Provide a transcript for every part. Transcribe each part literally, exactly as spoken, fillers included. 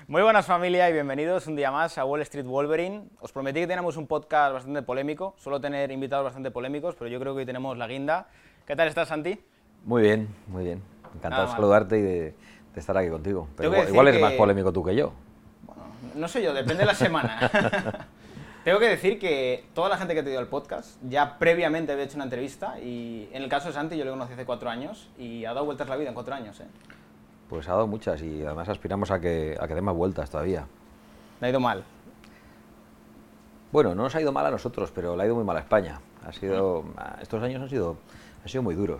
Muy buenas familia y bienvenidos un día más a Wall Street Wolverine. Os prometí que teníamos un podcast bastante polémico, suelo tener invitados bastante polémicos, pero yo creo que hoy tenemos la guinda. ¿Qué tal estás, Santi? Muy bien, muy bien. Encantado de saludarte y de, de estar aquí contigo. Pero igual, igual eres que... más polémico tú que yo. Bueno, no sé yo, depende de la semana. Tengo que decir que toda la gente que ha tenido el podcast ya previamente había hecho una entrevista y en el caso de Santi yo lo conocí hace cuatro años y ha dado vueltas la vida en cuatro años, ¿eh? Pues ha dado muchas y además aspiramos a que, a que dé más vueltas todavía. ¿Le ha ido mal? Bueno, no nos ha ido mal a nosotros, pero le ha ido muy mal a España. Ha sido, estos años han sido, han sido muy duros.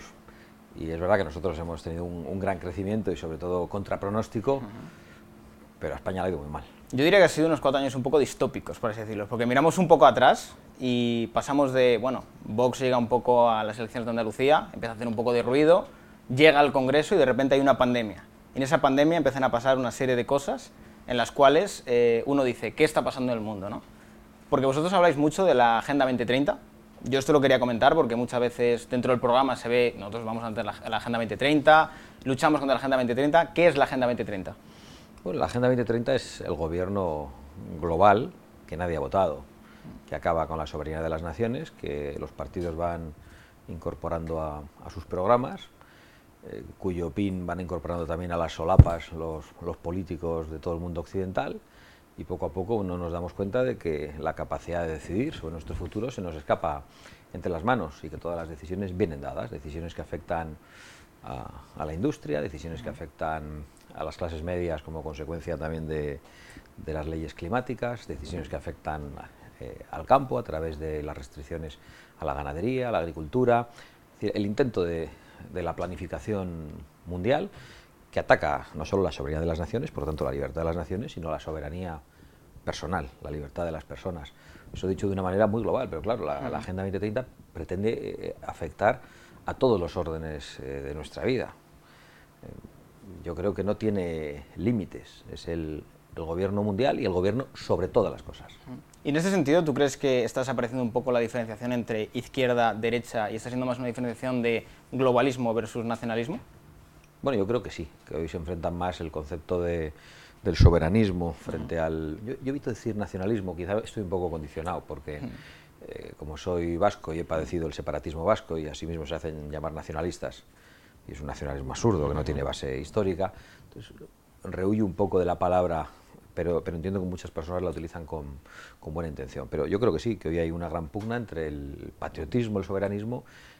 Y es verdad que nosotros hemos tenido un, un gran crecimiento y sobre todo contra pronóstico, uh-huh. pero a España le ha ido muy mal. Yo diría que ha sido unos cuatro años un poco distópicos, por así decirlo, porque miramos un poco atrás y pasamos de, bueno, Vox llega un poco a las elecciones de Andalucía, empieza a hacer un poco de ruido, llega al Congreso y de repente hay una pandemia. Y en esa pandemia empiezan a pasar una serie de cosas en las cuales eh, uno dice, ¿qué está pasando en el mundo, no? Porque vosotros habláis mucho de la Agenda veinte treinta. Yo esto lo quería comentar porque muchas veces dentro del programa se ve, nosotros vamos ante la, la Agenda veinte treinta, luchamos contra la Agenda veinte treinta. ¿Qué es la Agenda veinte treinta? Bueno, la Agenda veinte treinta es el gobierno global que nadie ha votado, que acaba con la soberanía de las naciones, que los partidos van incorporando a, a sus programas, eh, cuyo pin van incorporando también a las solapas los, los políticos de todo el mundo occidental, y poco a poco no nos damos cuenta de que la capacidad de decidir sobre nuestro futuro se nos escapa entre las manos y que todas las decisiones vienen dadas, decisiones que afectan a, a la industria, decisiones que afectan a las clases medias como consecuencia también de, de las leyes climáticas, decisiones que afectan eh, al campo a través de las restricciones a la ganadería, a la agricultura, es decir, el intento de, de la planificación mundial que ataca no solo la soberanía de las naciones, por lo tanto la libertad de las naciones, sino la soberanía personal, la libertad de las personas. Eso dicho de una manera muy global, pero claro, la, la Agenda veinte treinta pretende eh, afectar a todos los órdenes eh, de nuestra vida. Eh, yo creo que no tiene límites, es el, el gobierno mundial y el gobierno sobre todas las cosas. Y en ese sentido, ¿tú crees que está desapareciendo un poco la diferenciación entre izquierda, derecha y está siendo más una diferenciación de globalismo versus nacionalismo? Bueno, yo creo que sí, que hoy se enfrentan más el concepto de, del soberanismo frente uh-huh. al... Yo, yo he visto decir nacionalismo, quizá estoy un poco condicionado, porque uh-huh. eh, como soy vasco y he padecido el separatismo vasco y así mismo se hacen llamar nacionalistas, y es un nacionalismo absurdo que no tiene base histórica, entonces rehuyo un poco de la palabra, pero, pero entiendo que muchas personas la utilizan con, con buena intención. Pero yo creo que sí, que hoy hay una gran pugna entre el patriotismo, el soberanismo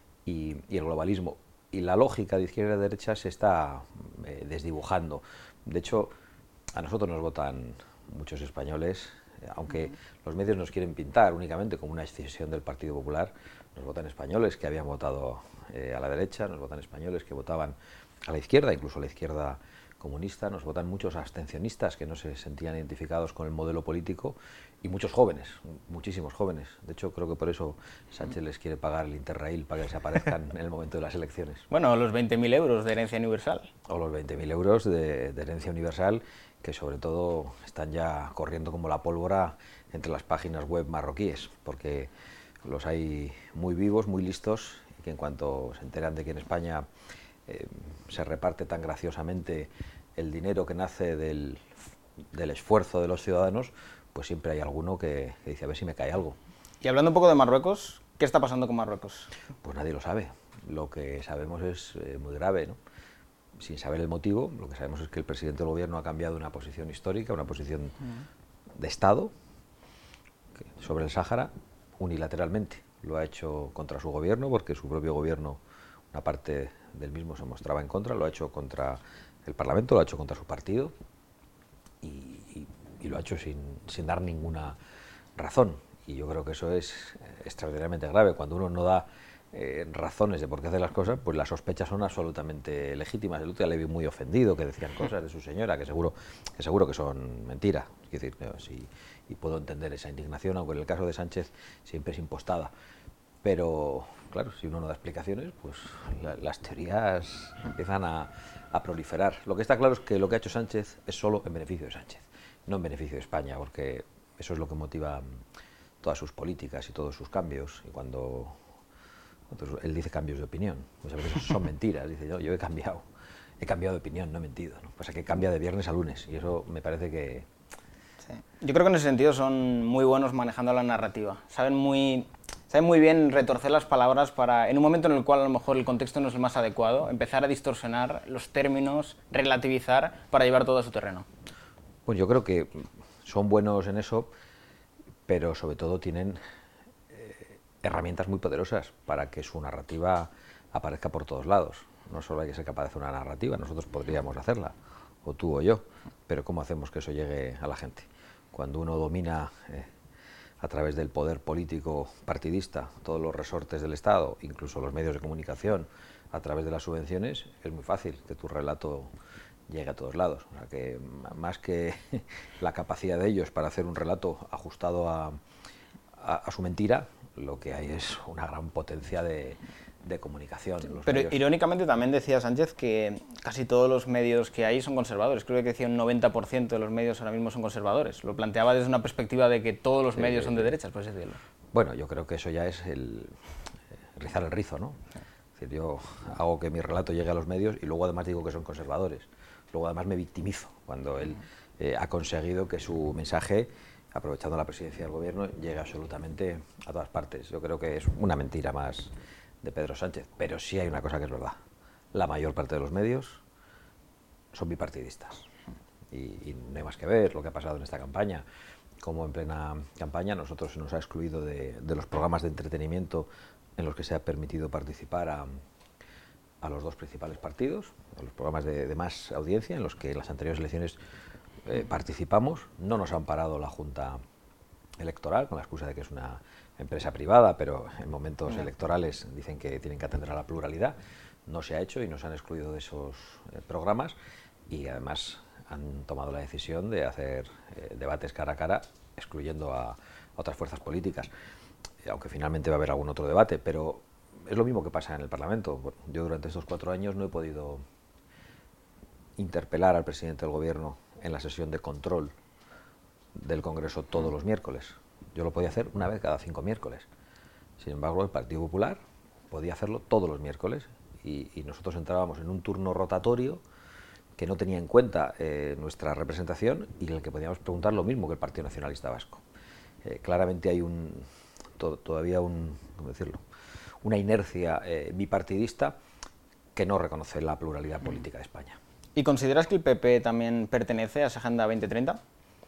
y, y el globalismo. Y la lógica de izquierda y derecha se está eh, desdibujando. De hecho, a nosotros nos votan muchos españoles, eh, aunque uh-huh. los medios nos quieren pintar únicamente como una excesión del Partido Popular, nos votan españoles que habían votado eh, a la derecha, nos votan españoles que votaban a la izquierda, incluso a la izquierda comunista, nos votan muchos abstencionistas que no se sentían identificados con el modelo político y muchos jóvenes, muchísimos jóvenes. De hecho, creo que por eso Sánchez les quiere pagar el Interrail para que desaparezcan en el momento de las elecciones. Bueno, los veinte mil euros de herencia universal. O los veinte mil euros de, de herencia universal, que sobre todo están ya corriendo como la pólvora entre las páginas web marroquíes, porque los hay muy vivos, muy listos, y que en cuanto se enteran de que en España eh, se reparte tan graciosamente el dinero que nace del, del esfuerzo de los ciudadanos, pues siempre hay alguno que, que dice, a ver si me cae algo. Y hablando un poco de Marruecos, ¿qué está pasando con Marruecos? Pues nadie lo sabe. Lo que sabemos es eh, muy grave, ¿no? Sin saber el motivo, lo que sabemos es que el presidente del gobierno ha cambiado una posición histórica, una posición uh-huh. de Estado sobre el Sáhara unilateralmente. Lo ha hecho contra su gobierno, porque su propio gobierno, una parte del mismo se mostraba en contra, lo ha hecho contra el Parlamento, lo ha hecho contra su partido y, y, y lo ha hecho sin, sin dar ninguna razón. Y yo creo que eso es extraordinariamente grave. Cuando uno no da eh, razones de por qué hace las cosas, pues las sospechas son absolutamente legítimas. El otro día le vi muy ofendido, que decían cosas de su señora que seguro que, seguro que son mentiras. Es decir, no, sí, y puedo entender esa indignación, aunque en el caso de Sánchez siempre es impostada. Pero, claro, si uno no da explicaciones, pues la, las teorías empiezan a, a proliferar. Lo que está claro es que lo que ha hecho Sánchez es solo en beneficio de Sánchez, no en beneficio de España, porque eso es lo que motiva todas sus políticas y todos sus cambios. Y cuando, cuando él dice cambios de opinión, pues a veces son mentiras, dice yo, yo he cambiado. he cambiado de opinión, no he mentido, ¿no? Pasa que cambia de viernes a lunes y eso me parece que... Sí. Yo creo que en ese sentido son muy buenos manejando la narrativa. Saben muy, saben muy bien retorcer las palabras para, en un momento en el cual a lo mejor el contexto no es el más adecuado, empezar a distorsionar los términos, relativizar para llevar todo a su terreno. Pues yo creo que son buenos en eso, pero sobre todo tienen eh, herramientas muy poderosas para que su narrativa aparezca por todos lados. No solo hay que ser capaz de hacer una narrativa, nosotros podríamos hacerla, o tú o yo, pero ¿cómo hacemos que eso llegue a la gente? Cuando uno domina eh, a través del poder político partidista todos los resortes del Estado, incluso los medios de comunicación, a través de las subvenciones, es muy fácil que tu relato llegue a todos lados. O sea, que más que la capacidad de ellos para hacer un relato ajustado a, a, a su mentira, lo que hay es una gran potencia de, de comunicación. Los Pero medios. Irónicamente también decía Sánchez que casi todos los medios que hay son conservadores. Creo que decía un noventa por ciento de los medios ahora mismo son conservadores. Lo planteaba desde una perspectiva de que todos los Sí, medios sí, son de sí. derechas, por así decirlo. Bueno, yo creo que eso ya es el eh, rizar el rizo, ¿no? Es decir, yo hago que mi relato llegue a los medios y luego además digo que son conservadores. Luego además me victimizo cuando él eh, ha conseguido que su mensaje, aprovechando la presidencia del gobierno, llegue absolutamente a todas partes. Yo creo que es una mentira más de Pedro Sánchez, pero sí hay una cosa que es verdad. La mayor parte de los medios son bipartidistas. Y, y no hay más que ver lo que ha pasado en esta campaña. Como en plena campaña nosotros se nos ha excluido de, de los programas de entretenimiento en los que se ha permitido participar a, a los dos principales partidos, a los programas de, de más audiencia en los que en las anteriores elecciones eh, participamos. No nos ha amparado la Junta Electoral con la excusa de que es una empresa privada, pero en momentos Bien. electorales dicen que tienen que atender a la pluralidad. No se ha hecho y nos han excluido de esos eh, programas y además han tomado la decisión de hacer eh, debates cara a cara, excluyendo a, a otras fuerzas políticas, eh, aunque finalmente va a haber algún otro debate, pero es lo mismo que pasa en el Parlamento. Bueno, yo durante estos cuatro años no he podido interpelar al presidente del Gobierno en la sesión de control del Congreso todos los miércoles. Yo lo podía hacer una vez cada cinco miércoles. Sin embargo, el Partido Popular podía hacerlo todos los miércoles y, y nosotros entrábamos en un turno rotatorio que no tenía en cuenta eh, nuestra representación y en el que podíamos preguntar lo mismo que el Partido Nacionalista Vasco. Eh, claramente hay un, to, todavía un, ¿cómo decirlo? una inercia eh, bipartidista que no reconoce la pluralidad política de España. ¿Y consideras que el P P también pertenece a esa Agenda veinte treinta?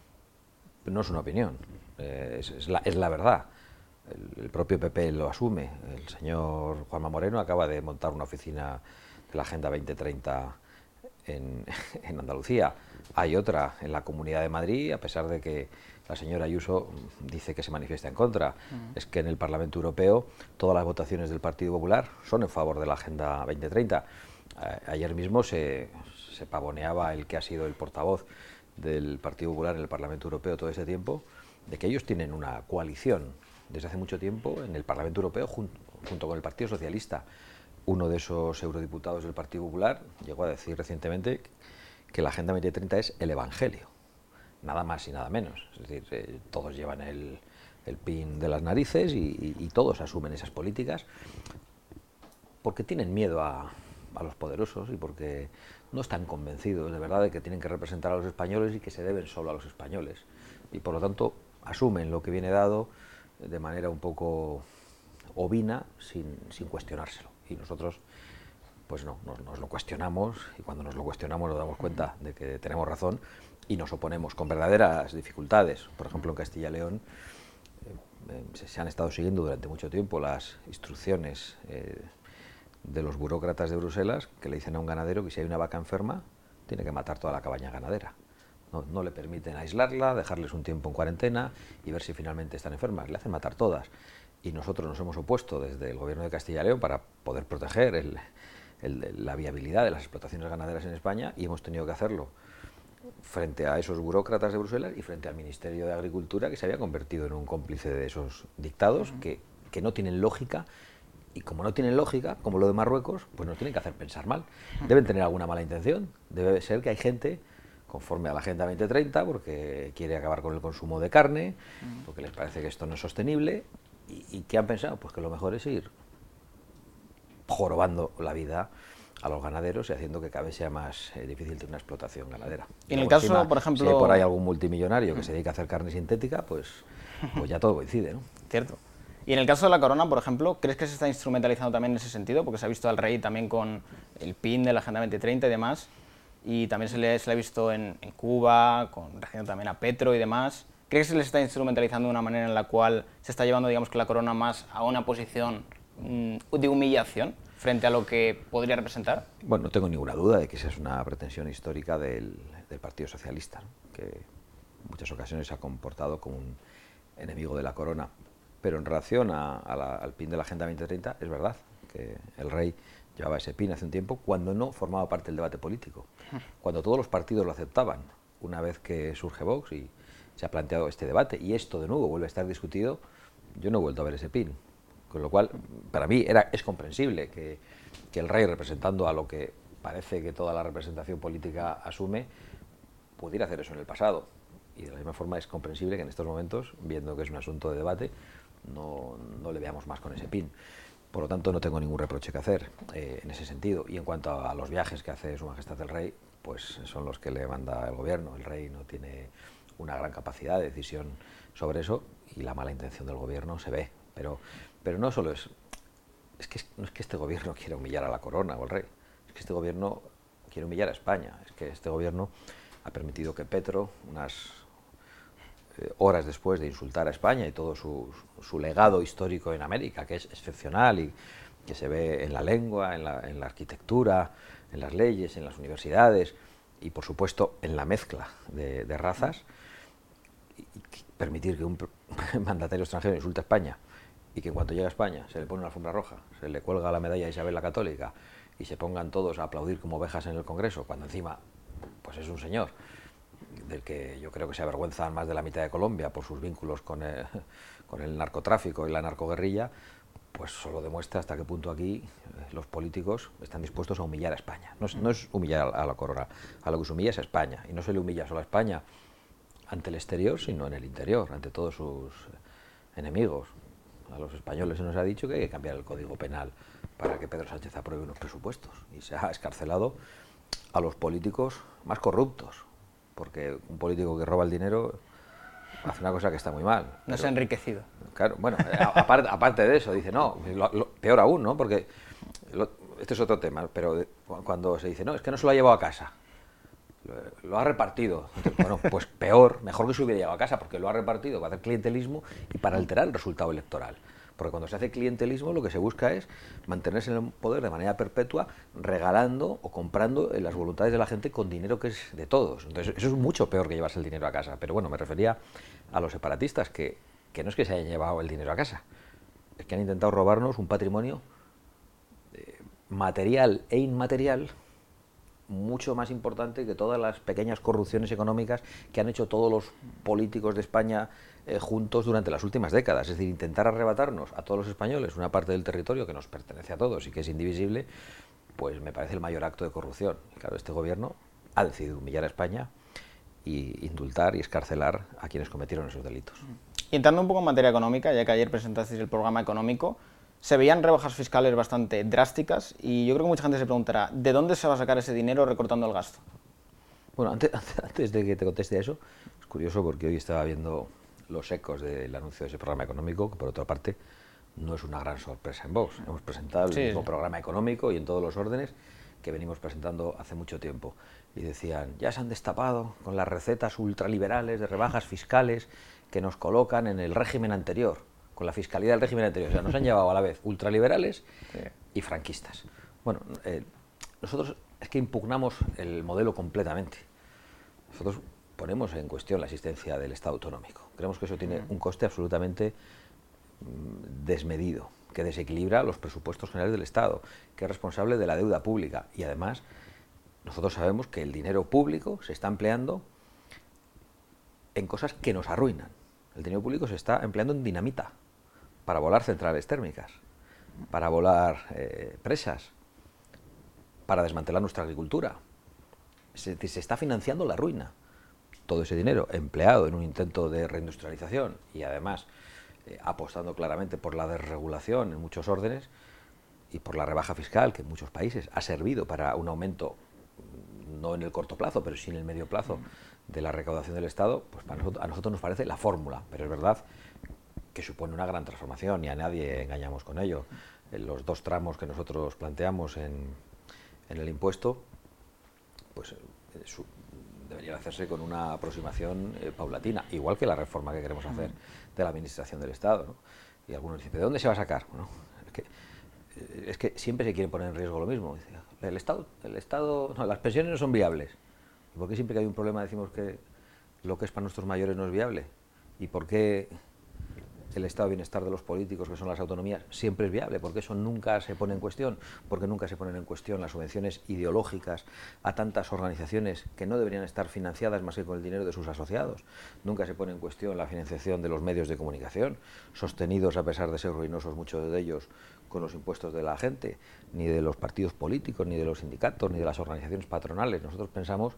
No es una opinión, eh, es, es, la, es la verdad. El, el propio P P lo asume. El señor Juanma Moreno acaba de montar una oficina de la Agenda veinte treinta en, en Andalucía. Hay otra en la Comunidad de Madrid, a pesar de que la señora Ayuso dice que se manifiesta en contra. Uh-huh. Es que en el Parlamento Europeo todas las votaciones del Partido Popular son en favor de la Agenda veinte treinta. A, ayer mismo se, se pavoneaba el que ha sido el portavoz del Partido Popular en el Parlamento Europeo todo este tiempo, de que ellos tienen una coalición desde hace mucho tiempo en el Parlamento Europeo junto, junto con el Partido Socialista. Uno de esos eurodiputados del Partido Popular llegó a decir recientemente que la Agenda veinte treinta es el Evangelio, nada más y nada menos. Es decir, eh, todos llevan el, el pin de las narices y, y, y todos asumen esas políticas porque tienen miedo a, a los poderosos y porque no están convencidos de verdad de que tienen que representar a los españoles y que se deben solo a los españoles. Y por lo tanto asumen lo que viene dado de manera un poco ovina sin, sin cuestionárselo. Y nosotros pues no, nos, nos lo cuestionamos y cuando nos lo cuestionamos nos damos cuenta de que tenemos razón y nos oponemos con verdaderas dificultades. Por ejemplo, en Castilla y León eh, se, se han estado siguiendo durante mucho tiempo las instrucciones eh, de los burócratas de Bruselas que le dicen a un ganadero que si hay una vaca enferma tiene que matar toda la cabaña ganadera. No, no le permiten aislarla, dejarles un tiempo en cuarentena y ver si finalmente están enfermas. Le hacen matar todas. Y nosotros nos hemos opuesto desde el Gobierno de Castilla y León para poder proteger el, el, la viabilidad de las explotaciones ganaderas en España y hemos tenido que hacerlo frente a esos burócratas de Bruselas y frente al Ministerio de Agricultura, que se había convertido en un cómplice de esos dictados uh-huh. que, que no tienen lógica. Y como no tienen lógica, como lo de Marruecos, pues nos tienen que hacer pensar mal. Deben tener alguna mala intención. Debe ser que hay gente conforme a la Agenda veinte treinta, porque quiere acabar con el consumo de carne, porque les parece que esto no es sostenible. ¿Y, y qué han pensado? Pues que lo mejor es ir jorobando la vida a los ganaderos y haciendo que cada vez sea más eh, difícil tener una explotación ganadera. Y en el Luego, caso, encima, por ejemplo... si hay por ahí algún multimillonario que se dedica a hacer carne sintética, pues, pues ya todo coincide, ¿no? Cierto. Y en el caso de la corona, por ejemplo, ¿crees que se está instrumentalizando también en ese sentido? Porque se ha visto al rey también con el pin de la Agenda veinte treinta y demás, y también se le, se le ha visto en, en Cuba, con regiendo también a Petro y demás. ¿Crees que se le está instrumentalizando de una manera en la cual se está llevando, digamos, que la corona más a una posición mmm, de humillación frente a lo que podría representar? Bueno, no tengo ninguna duda de que esa es una pretensión histórica del, del Partido Socialista, ¿no? Que en muchas ocasiones se ha comportado como un enemigo de la corona. Pero en relación a, a la, al pin de la Agenda veinte treinta, es verdad que el rey llevaba ese pin hace un tiempo cuando no formaba parte del debate político, cuando todos los partidos lo aceptaban. Una vez que surge Vox y se ha planteado este debate y esto de nuevo vuelve a estar discutido, yo no he vuelto a ver ese pin. Con lo cual, para mí era, es comprensible que, que el rey, representando a lo que parece que toda la representación política asume, pudiera hacer eso en el pasado. Y de la misma forma es comprensible que en estos momentos, viendo que es un asunto de debate, no, no le veamos más con ese pin. Por lo tanto, no tengo ningún reproche que hacer eh, en ese sentido. Y en cuanto a los viajes que hace Su Majestad el Rey, pues son los que le manda el gobierno. El rey no tiene una gran capacidad de decisión sobre eso y la mala intención del gobierno se ve. Pero, pero no solo es, es que no es que este gobierno quiera humillar a la corona o al rey, es que este gobierno quiere humillar a España. Es que este gobierno ha permitido que Petro, unas eh, horas después de insultar a España y todo su, su legado histórico en América, que es excepcional y que se ve en la lengua, en la, en la arquitectura, en las leyes, en las universidades y, por supuesto, en la mezcla de, de razas, y, y permitir que un mandatario extranjero insulte a España y que en cuanto llega a España se le pone una alfombra roja, se le cuelga la medalla de Isabel la Católica y se pongan todos a aplaudir como ovejas en el Congreso, cuando encima pues es un señor del que yo creo que se avergüenzan más de la mitad de Colombia por sus vínculos con el, con el narcotráfico y la narcoguerrilla, pues solo demuestra hasta qué punto aquí eh, los políticos están dispuestos a humillar a España. No es, no es humillar a la corona, a lo que se humilla es a España, y no se le humilla solo a España ante el exterior, sino en el interior, ante todos sus enemigos. A los españoles se nos ha dicho que hay que cambiar el Código Penal para que Pedro Sánchez apruebe unos presupuestos, y se ha escarcelado a los políticos más corruptos, porque un político que roba el dinero hace una cosa que está muy mal. No pero, se ha enriquecido. Claro, bueno, aparte, aparte de eso, dice, no, lo, lo, peor aún, ¿no? Porque lo, este es otro tema, pero de, cuando se dice, no, es que no se lo ha llevado a casa, lo, lo ha repartido. Entonces, bueno, pues peor, mejor que se hubiera llevado a casa, porque lo ha repartido para hacer clientelismo y para alterar el resultado electoral. Porque cuando se hace clientelismo lo que se busca es mantenerse en el poder de manera perpetua, regalando o comprando las voluntades de la gente con dinero que es de todos. Entonces eso es mucho peor que llevarse el dinero a casa. Pero bueno, me refería a los separatistas, que, que no es que se hayan llevado el dinero a casa, es que han intentado robarnos un patrimonio eh, material e inmaterial mucho más importante que todas las pequeñas corrupciones económicas que han hecho todos los políticos de España eh, juntos durante las últimas décadas. Es decir, intentar arrebatarnos a todos los españoles una parte del territorio que nos pertenece a todos y que es indivisible, pues me parece el mayor acto de corrupción. Y claro, este gobierno ha decidido humillar a España y indultar y escarcelar a quienes cometieron esos delitos. Y entrando un poco en materia económica, ya que ayer presentasteis el programa económico, se veían rebajas fiscales bastante drásticas y yo creo que mucha gente se preguntará, ¿de dónde se va a sacar ese dinero recortando el gasto? Bueno, antes, antes de que te conteste a eso, es curioso porque hoy estaba viendo los ecos del anuncio de ese programa económico, que por otra parte no es una gran sorpresa en Vox. Hemos presentado el sí, mismo sí. programa económico y en todos los órdenes que venimos presentando hace mucho tiempo. Y decían, ya se han destapado con las recetas ultraliberales de rebajas fiscales que nos colocan en el régimen anterior, con la fiscalidad del régimen anterior. O sea, nos han llevado a la vez ultraliberales sí. y franquistas. Bueno, eh, nosotros es que impugnamos el modelo completamente. Nosotros ponemos en cuestión la existencia del Estado autonómico. Creemos que eso tiene un coste absolutamente mm, desmedido, que desequilibra los presupuestos generales del Estado, que es responsable de la deuda pública. Y además, nosotros sabemos que el dinero público se está empleando en cosas que nos arruinan. El dinero público se está empleando en dinamita, para volar centrales térmicas, para volar eh, presas, para desmantelar nuestra agricultura. Se, se está financiando la ruina. Todo ese dinero empleado en un intento de reindustrialización y además eh, apostando claramente por la desregulación en muchos órdenes, y por la rebaja fiscal que en muchos países ha servido para un aumento, no en el corto plazo, pero sí en el medio plazo, de la recaudación del Estado, pues para nosotros, a nosotros nos parece la fórmula, pero es verdad que supone una gran transformación y a nadie engañamos con ello. En los dos tramos que nosotros planteamos en, en el impuesto, pues eh, su, deberían hacerse con una aproximación eh, paulatina, igual que la reforma que queremos hacer de la administración del Estado, ¿no? Y algunos dicen, ¿de dónde se va a sacar? Bueno, es que, eh, es que siempre se quiere poner en riesgo lo mismo. El Estado, el Estado, no, las pensiones no son viables. ¿Y por qué siempre que hay un problema decimos que lo que es para nuestros mayores no es viable? ¿Y por qué el estado de bienestar de los políticos, que son las autonomías, siempre es viable? Porque eso nunca se pone en cuestión, porque nunca se ponen en cuestión las subvenciones ideológicas a tantas organizaciones que no deberían estar financiadas más que con el dinero de sus asociados. Nunca se pone en cuestión la financiación de los medios de comunicación, sostenidos, a pesar de ser ruinosos muchos de ellos, con los impuestos de la gente, ni de los partidos políticos, ni de los sindicatos, ni de las organizaciones patronales. Nosotros pensamos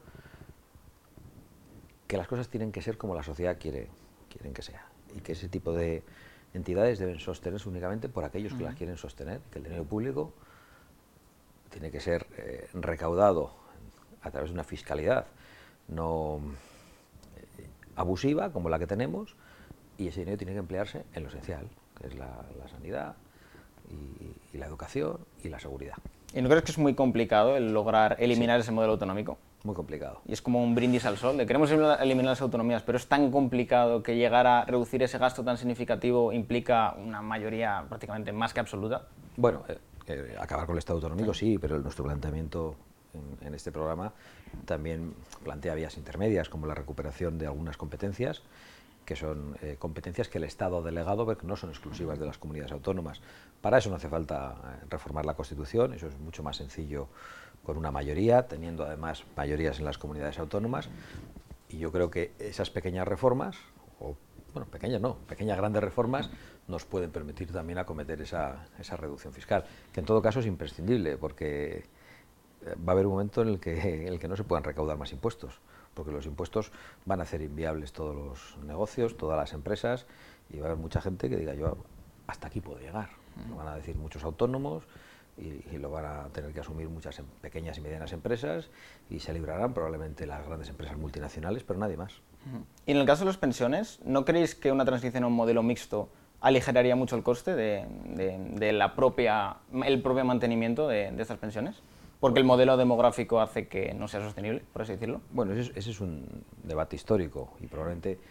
que las cosas tienen que ser como la sociedad quiere, quieren que sea, y que ese tipo de entidades deben sostenerse únicamente por aquellos que las quieren sostener, que el dinero público tiene que ser eh, recaudado a través de una fiscalidad no eh, abusiva como la que tenemos, y ese dinero tiene que emplearse en lo esencial, que es la, la sanidad y, y la educación y la seguridad. ¿Y no crees que es muy complicado el lograr eliminar sí. ese modelo autonómico? Muy complicado. Y es como un brindis al sol, de queremos eliminar las autonomías, pero es tan complicado que llegar a reducir ese gasto tan significativo implica una mayoría prácticamente más que absoluta. Bueno, eh, eh, acabar con el Estado autonómico sí, sí, pero nuestro planteamiento en, en este programa también plantea vías intermedias, como la recuperación de algunas competencias, que son eh, competencias que el Estado ha delegado, pero que no son exclusivas de las comunidades autónomas. Para eso no hace falta eh, reformar la Constitución, eso es mucho más sencillo con una mayoría, teniendo además mayorías en las comunidades autónomas, y yo creo que esas pequeñas reformas, o bueno, pequeñas no, pequeñas grandes reformas, nos pueden permitir también acometer esa, esa reducción fiscal, que en todo caso es imprescindible, porque va a haber un momento en el que, en el que no se puedan recaudar más impuestos, porque los impuestos van a hacer inviables todos los negocios, todas las empresas, y va a haber mucha gente que diga, yo hasta aquí puedo llegar. Lo van a decir muchos autónomos, y, y lo van a tener que asumir muchas em, pequeñas y medianas empresas, y se librarán probablemente las grandes empresas multinacionales, pero nadie más. Y en el caso de las pensiones, ¿no creéis que una transición a un modelo mixto aligeraría mucho el coste de, de, de la propia, el propio mantenimiento de, de estas pensiones? Porque el modelo demográfico hace que no sea sostenible, por así decirlo. Bueno, ese es, ese es un debate histórico, y probablemente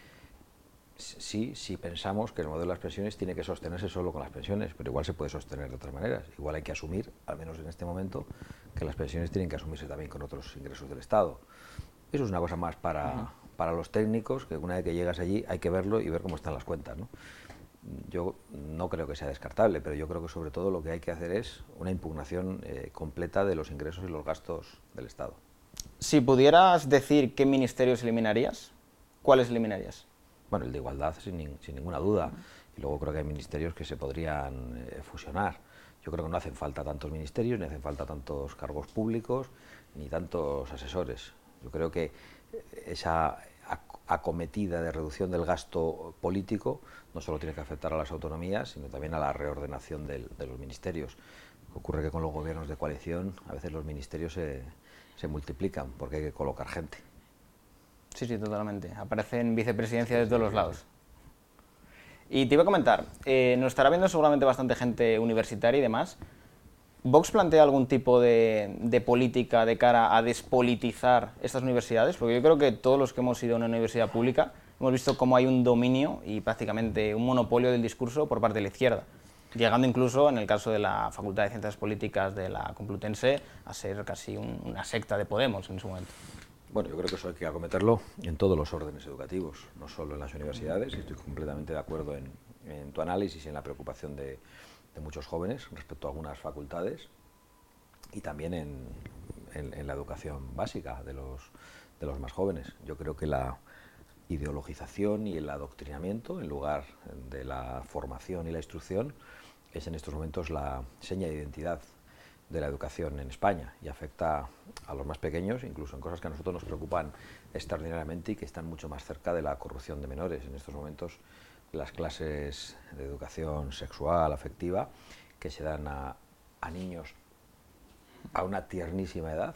sí, sí pensamos que el modelo de las pensiones tiene que sostenerse solo con las pensiones, pero igual se puede sostener de otras maneras. Igual hay que asumir, al menos en este momento, que las pensiones tienen que asumirse también con otros ingresos del Estado. Eso es una cosa más para, uh-huh. para los técnicos, que una vez que llegas allí hay que verlo y ver cómo están las cuentas, ¿no? Yo no creo que sea descartable, pero yo creo que sobre todo lo que hay que hacer es una impugnación eh, completa de los ingresos y los gastos del Estado. Si pudieras decir qué ministerios eliminarías, ¿cuáles eliminarías? Bueno, el de igualdad sin, sin ninguna duda, y luego creo que hay ministerios que se podrían eh, fusionar. Yo creo que no hacen falta tantos ministerios, ni hacen falta tantos cargos públicos, ni tantos asesores. Yo creo que esa acometida de reducción del gasto político no solo tiene que afectar a las autonomías, sino también a la reordenación del, de los ministerios. Ocurre que con los gobiernos de coalición a veces los ministerios se, se multiplican porque hay que colocar gente. Sí, sí, totalmente. Aparecen vicepresidencias de todos los lados. Y te iba a comentar, eh, nos estará viendo seguramente bastante gente universitaria y demás. ¿Vox plantea algún tipo de, de política de cara a despolitizar estas universidades? Porque yo creo que todos los que hemos ido a una universidad pública hemos visto cómo hay un dominio y prácticamente un monopolio del discurso por parte de la izquierda, llegando incluso, en el caso de la Facultad de Ciencias Políticas de la Complutense, a ser casi un, una secta de Podemos en su momento. Bueno, yo creo que eso hay que acometerlo en todos los órdenes educativos, no solo en las universidades, y estoy completamente de acuerdo en, en tu análisis y en la preocupación de, de muchos jóvenes respecto a algunas facultades, y también en, en, en la educación básica de los, de los más jóvenes. Yo creo que la ideologización y el adoctrinamiento, en lugar de la formación y la instrucción, es en estos momentos la seña de identidad de la educación en España, y afecta a los más pequeños, incluso en cosas que a nosotros nos preocupan extraordinariamente y que están mucho más cerca de la corrupción de menores. En estos momentos, las clases de educación sexual, afectiva, que se dan a, a niños a una tiernísima edad.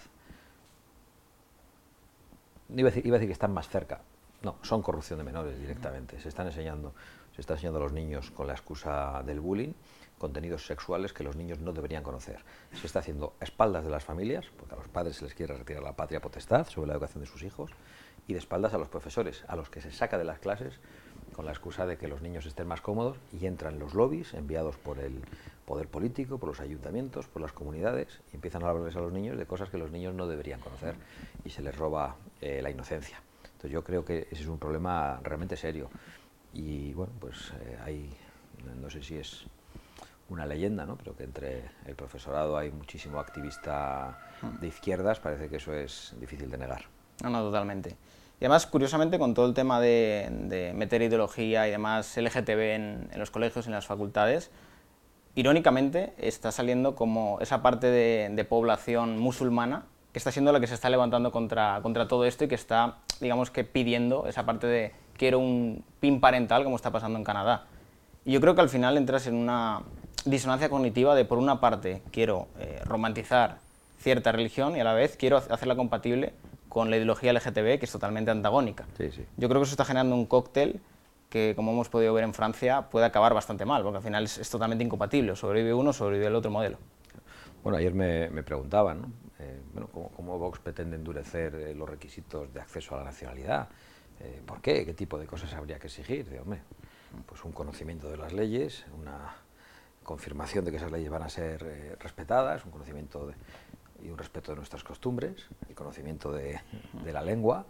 Iba a decir, iba a decir que están más cerca. No, son corrupción de menores directamente. Se están enseñando, se está enseñando a los niños con la excusa del bullying contenidos sexuales que los niños no deberían conocer. Se está haciendo a espaldas de las familias, porque a los padres se les quiere retirar la patria potestad sobre la educación de sus hijos, y de espaldas a los profesores, a los que se saca de las clases con la excusa de que los niños estén más cómodos, y entran los lobbies enviados por el poder político, por los ayuntamientos, por las comunidades, y empiezan a hablarles a los niños de cosas que los niños no deberían conocer, y se les roba eh, la inocencia. Entonces yo creo que ese es un problema realmente serio. Y bueno, pues eh, hay, no sé si es una leyenda, ¿no?, pero que entre el profesorado hay muchísimo activista de izquierdas, parece que eso es difícil de negar. No, no, totalmente. Y además, curiosamente, con todo el tema de, de meter ideología y demás L G T B en, en los colegios, en las facultades, irónicamente está saliendo como esa parte de, de población musulmana que está siendo la que se está levantando contra, contra todo esto y que está, digamos que pidiendo esa parte de quiero un P I N parental, como está pasando en Canadá. Y yo creo que al final entras en una disonancia cognitiva de, por una parte, quiero eh, romantizar cierta religión y a la vez quiero hacerla compatible con la ideología L G T B, que es totalmente antagónica. Sí, sí. Yo creo que eso está generando un cóctel que, como hemos podido ver en Francia, puede acabar bastante mal, porque al final es, es totalmente incompatible. Sobrevive uno, sobrevive el otro modelo. Bueno, ayer me, me preguntaban, ¿no?, eh, bueno, ¿cómo, ¿cómo Vox pretende endurecer eh, los requisitos de acceso a la nacionalidad? Eh, ¿Por qué? ¿Qué tipo de cosas habría que exigir? De, hombre, pues un conocimiento de las leyes, una confirmación de que esas leyes van a ser eh, respetadas, un conocimiento de, y un respeto de nuestras costumbres, el conocimiento de, de la lengua,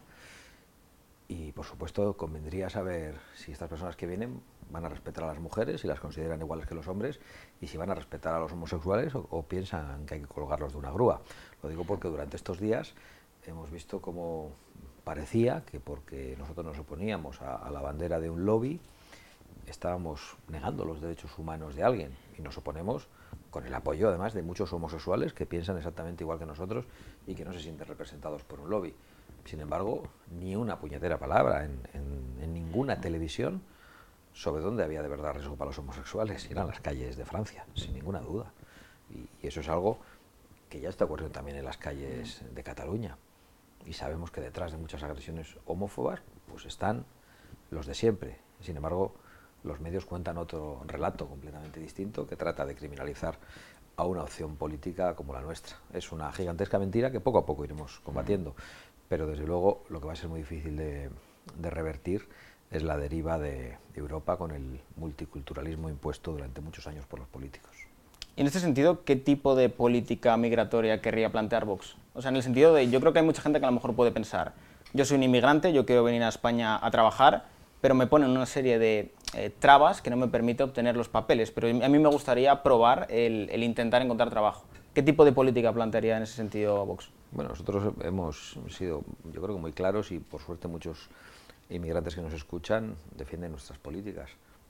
y por supuesto convendría saber si estas personas que vienen van a respetar a las mujeres, si las consideran iguales que los hombres, y si van a respetar a los homosexuales o, o piensan que hay que colgarlos de una grúa. Lo digo porque durante estos días hemos visto cómo parecía que porque nosotros nos oponíamos a, a la bandera de un lobby, estábamos negando los derechos humanos de alguien, y nos oponemos con el apoyo además de muchos homosexuales que piensan exactamente igual que nosotros y que no se sienten representados por un lobby. Sin embargo, ni una puñetera palabra en, en, en ninguna televisión sobre dónde había de verdad riesgo para los homosexuales, y eran las calles de Francia, sin ninguna duda. Y, y eso es algo que ya está ocurriendo también en las calles de Cataluña. Y sabemos que detrás de muchas agresiones homófobas pues están los de siempre. Sin embargo, los medios cuentan otro relato completamente distinto que trata de criminalizar a una opción política como la nuestra. Es una gigantesca mentira que poco a poco iremos combatiendo, pero desde luego lo que va a ser muy difícil de, de revertir es la deriva de Europa con el multiculturalismo impuesto durante muchos años por los políticos. Y en este sentido, ¿qué tipo de política migratoria querría plantear Vox? O sea, en el sentido de, yo creo que hay mucha gente que a lo mejor puede pensar, yo soy un inmigrante, yo quiero venir a España a trabajar, pero me ponen una serie de eh, trabas que no me permite obtener los papeles, pero a mí me gustaría probar el, el intentar encontrar trabajo. ¿Qué tipo de política plantearía en ese sentido Vox? Bueno, nosotros hemos sido, yo creo que muy claros, y por suerte muchos inmigrantes que nos escuchan defienden nuestras políticas.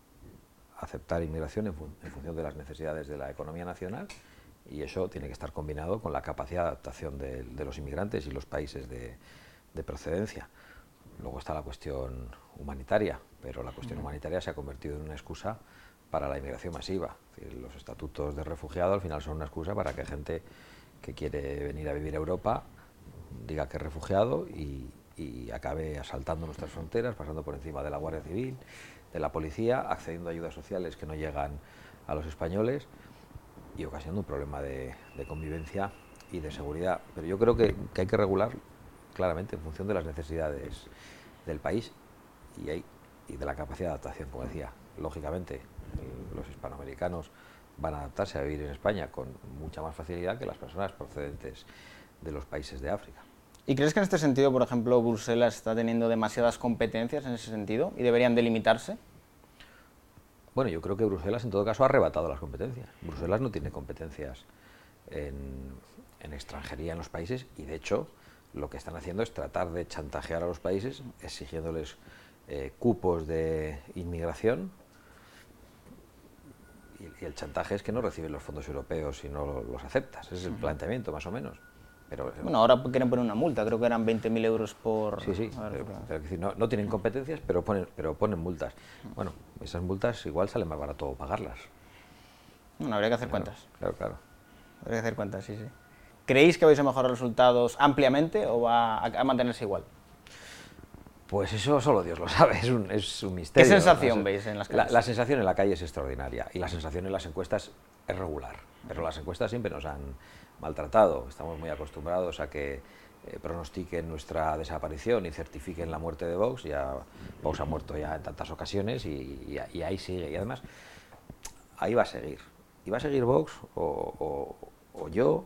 Aceptar inmigración en, fun en función de las necesidades de la economía nacional, y eso tiene que estar combinado con la capacidad de adaptación de, de los inmigrantes y los países de, de procedencia. Luego está la cuestión humanitaria, pero la cuestión humanitaria se ha convertido en una excusa para la inmigración masiva. Es decir, los estatutos de refugiado al final son una excusa para que gente que quiere venir a vivir a Europa diga que es refugiado y, y acabe asaltando nuestras fronteras, pasando por encima de la Guardia Civil, de la policía, accediendo a ayudas sociales que no llegan a los españoles y ocasionando un problema de, de convivencia y de seguridad. Pero yo creo que, que hay que regular claramente en función de las necesidades del país y, hay, y de la capacidad de adaptación, como decía. Lógicamente, el, los hispanoamericanos van a adaptarse a vivir en España con mucha más facilidad que las personas procedentes de los países de África. ¿Y crees que en este sentido, por ejemplo, Bruselas está teniendo demasiadas competencias en ese sentido y deberían delimitarse? Bueno, yo creo que Bruselas en todo caso ha arrebatado las competencias. Bruselas no tiene competencias en, en extranjería en los países, y de hecho lo que están haciendo es tratar de chantajear a los países exigiéndoles eh, cupos de inmigración, y, y el chantaje es que no reciben los fondos europeos si no los aceptas. Ese es el planteamiento más o menos. Pero, bueno, ahora quieren poner una multa, creo que eran veinte mil euros por... Sí, sí, ver, pero, pero... pero, decir, no, no tienen competencias, pero ponen, pero ponen multas. Bueno, esas multas igual sale más barato pagarlas. Bueno, habría que hacer Claro, cuentas. claro, claro. Habría que hacer cuentas, sí, sí. ¿Creéis que vais a mejorar los resultados ampliamente o va a, a mantenerse igual? Pues eso solo Dios lo sabe, es un, es un misterio. ¿Qué sensación la, veis en las calles? La, la calles? sensación en la calle es extraordinaria y la sensación en las encuestas es regular, pero las encuestas siempre nos han maltratado. Estamos muy acostumbrados a que eh, pronostiquen nuestra desaparición y certifiquen la muerte de Vox. Ya Vox ha muerto ya en tantas ocasiones y, y, y ahí sigue. Y además, ahí va a seguir. Y va a seguir Vox o, o, o yo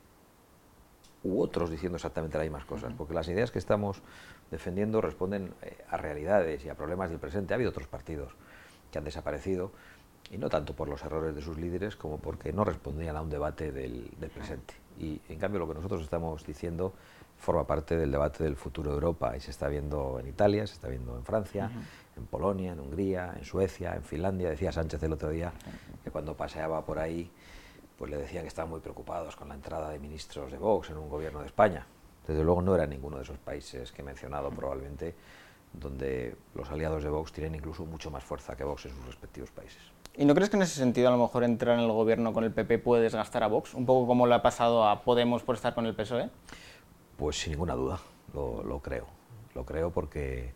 u otros diciendo exactamente las mismas cosas, porque las ideas que estamos defendiendo responden eh, a realidades y a problemas del presente. Ha habido otros partidos que han desaparecido, y no tanto por los errores de sus líderes como porque no respondían a un debate del, del presente. Y en cambio lo que nosotros estamos diciendo forma parte del debate del futuro de Europa y se está viendo en Italia, se está viendo en Francia, uh-huh. en Polonia, en Hungría, en Suecia, en Finlandia. Decía Sánchez el otro día que cuando paseaba por ahí pues le decían que estaban muy preocupados con la entrada de ministros de Vox en un gobierno de España. Desde luego no era ninguno de esos países que he mencionado probablemente, donde los aliados de Vox tienen incluso mucho más fuerza que Vox en sus respectivos países. ¿Y no crees que en ese sentido a lo mejor entrar en el gobierno con el P P puede desgastar a Vox? Un poco como le ha pasado a Podemos por estar con el P S O E. Pues sin ninguna duda, lo, lo creo. Lo creo porque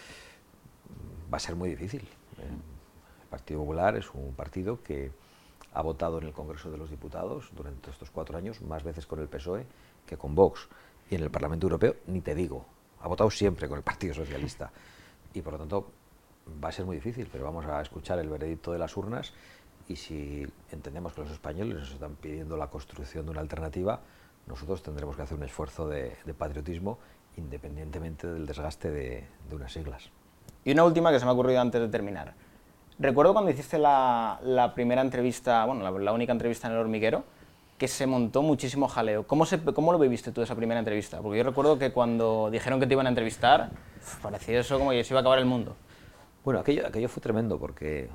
va a ser muy difícil. El Partido Popular es un partido que ha votado en el Congreso de los Diputados durante estos cuatro años más veces con el P S O E que con Vox. Y en el Parlamento Europeo, ni te digo, ha votado siempre con el Partido Socialista. Y por lo tanto va a ser muy difícil, pero vamos a escuchar el veredicto de las urnas y si entendemos que los españoles nos están pidiendo la construcción de una alternativa, nosotros tendremos que hacer un esfuerzo de, de patriotismo independientemente del desgaste de, de unas siglas. Y una última que se me ha ocurrido antes de terminar. Recuerdo cuando hiciste la, la primera entrevista, bueno, la, la única entrevista en El Hormiguero, que se montó muchísimo jaleo. ¿Cómo, se, ¿Cómo lo viviste tú esa primera entrevista? Porque yo recuerdo que cuando dijeron que te iban a entrevistar, parecía eso como que se iba a acabar el mundo. Bueno, aquello, aquello fue tremendo porque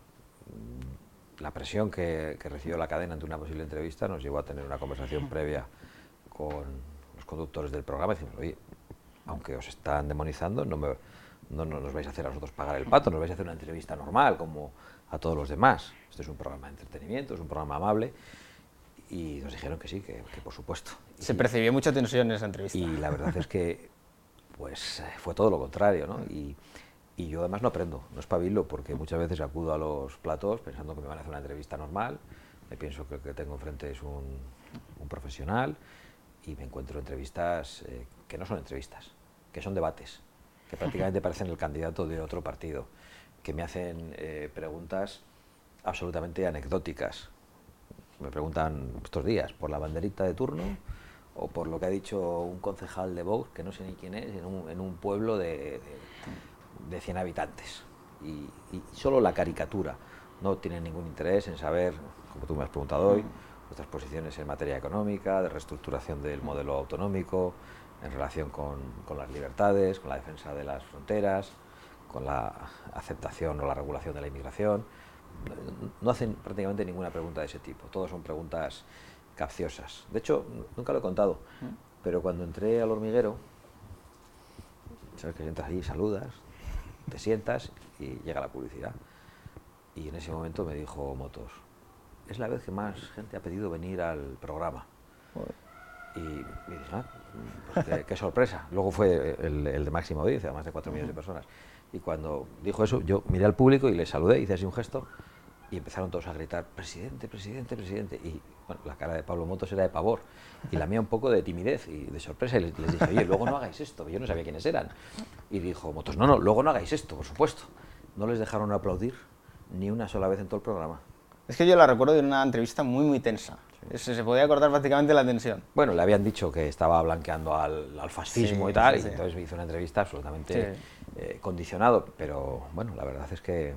la presión que, que recibió la cadena ante una posible entrevista nos llevó a tener una conversación previa con los conductores del programa y decimos, oye, aunque os están demonizando, no, me, no, no nos vais a hacer a nosotros pagar el pato, nos vais a hacer una entrevista normal como a todos los demás. Este es un programa de entretenimiento, es un programa amable. Y nos dijeron que sí, que, que por supuesto. Se y, percibió mucha tensión en esa entrevista. Y la verdad es que pues fue todo lo contrario, ¿no? Y, y yo además no aprendo, no espabilo, porque muchas veces acudo a los platós pensando que me van a hacer una entrevista normal, me pienso que el que tengo enfrente es un, un profesional y me encuentro entrevistas eh, que no son entrevistas, que son debates, que prácticamente parecen el candidato de otro partido, que me hacen eh, preguntas absolutamente anecdóticas. Me preguntan estos días por la banderita de turno o por lo que ha dicho un concejal de Vox, que no sé ni quién es, en un, en un pueblo de, de, de cien habitantes. Y, y solo la caricatura. No tienen ningún interés en saber, como tú me has preguntado hoy, nuestras posiciones en materia económica, de reestructuración del modelo autonómico, en relación con, con las libertades, con la defensa de las fronteras, con la aceptación o la regulación de la inmigración. No hacen prácticamente ninguna pregunta de ese tipo, todas son preguntas capciosas. De hecho, nunca lo he contado, pero cuando entré al Hormiguero, sabes que entras allí, saludas, te sientas y llega la publicidad. Y en ese momento me dijo Motos, es la vez que más gente ha pedido venir al programa. Y me dije, ah, pues qué, qué sorpresa. Luego fue el, el de máxima audiencia, más de cuatro millones de personas. Y cuando dijo eso, yo miré al público y le saludé, hice así un gesto, y empezaron todos a gritar, presidente, presidente, presidente. Y bueno, la cara de Pablo Motos era de pavor, y la mía un poco de timidez y de sorpresa. Y les, les dije, oye, luego no hagáis esto, yo no sabía quiénes eran. Y dijo Motos, no, no, luego no hagáis esto, por supuesto. No les dejaron aplaudir ni una sola vez en todo el programa. Es que yo la recuerdo de una entrevista muy, muy tensa. Sí. Se, se podía cortar prácticamente la tensión. Bueno, le habían dicho que estaba blanqueando al, al fascismo sí, y tal, sí, sí. y entonces me hizo una entrevista absolutamente sí. eh, condicionado, pero bueno, la verdad es que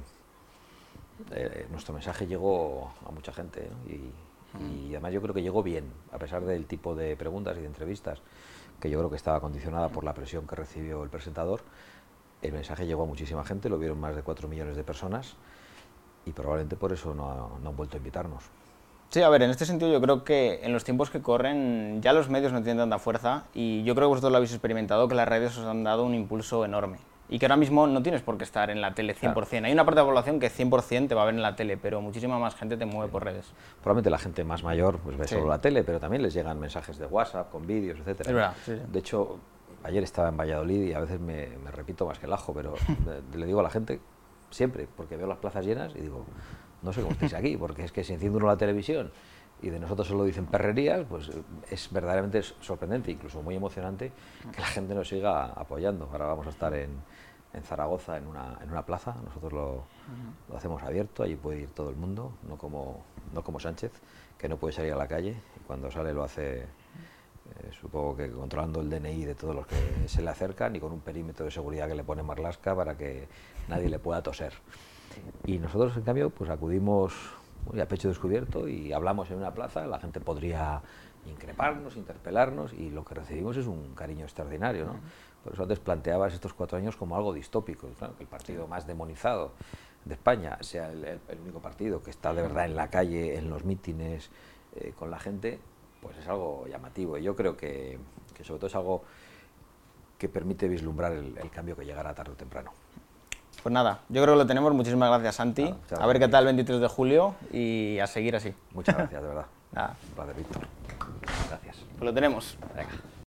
eh, nuestro mensaje llegó a mucha gente, ¿no? y, mm. y además yo creo que llegó bien, a pesar del tipo de preguntas y de entrevistas, que yo creo que estaba condicionada por la presión que recibió el presentador. El mensaje llegó a muchísima gente, lo vieron más de cuatro millones de personas, y probablemente por eso no, ha, no han vuelto a invitarnos. Sí, a ver, en este sentido yo creo que en los tiempos que corren ya los medios no tienen tanta fuerza y yo creo que vosotros lo habéis experimentado, que las redes os han dado un impulso enorme y que ahora mismo no tienes por qué estar en la tele cien por cien. Claro. Hay una parte de la población que cien por cien te va a ver en la tele, pero muchísima más gente te mueve sí. por redes. Probablemente la gente más mayor pues ve sí. solo la tele, pero también les llegan mensajes de WhatsApp con vídeos, etcétera. Es verdad, sí, sí. De hecho, ayer estaba en Valladolid y a veces me, me repito más que el ajo, pero le digo a la gente siempre, porque veo las plazas llenas y digo, no sé cómo estáis aquí, porque es que si enciende uno la televisión y de nosotros solo dicen perrerías, pues es verdaderamente sorprendente, incluso muy emocionante, que la gente nos siga apoyando. Ahora vamos a estar en, en Zaragoza, en una, en una plaza, nosotros lo, lo hacemos abierto, allí puede ir todo el mundo, no como, no como Sánchez, que no puede salir a la calle, y cuando sale lo hace, eh, supongo que controlando el D N I de todos los que se le acercan y con un perímetro de seguridad que le pone Marlaska para que nadie le pueda toser. Y nosotros, en cambio, pues acudimos muy a pecho descubierto y hablamos en una plaza, la gente podría increparnos, interpelarnos y lo que recibimos es un cariño extraordinario, ¿no? Por eso antes planteabas estos cuatro años como algo distópico, claro, que el partido más demonizado de España sea el, el, el único partido que está de verdad en la calle, en los mítines, eh, con la gente, pues es algo llamativo y yo creo que, que sobre todo es algo que permite vislumbrar el, el cambio que llegará tarde o temprano. Pues nada, yo creo que lo tenemos. Muchísimas gracias, Santi. Nada, a ver qué tal el veintitrés de julio y a seguir así. Muchas gracias, de verdad. Nada. Un placer, Víctor. Gracias. Pues lo tenemos. Venga.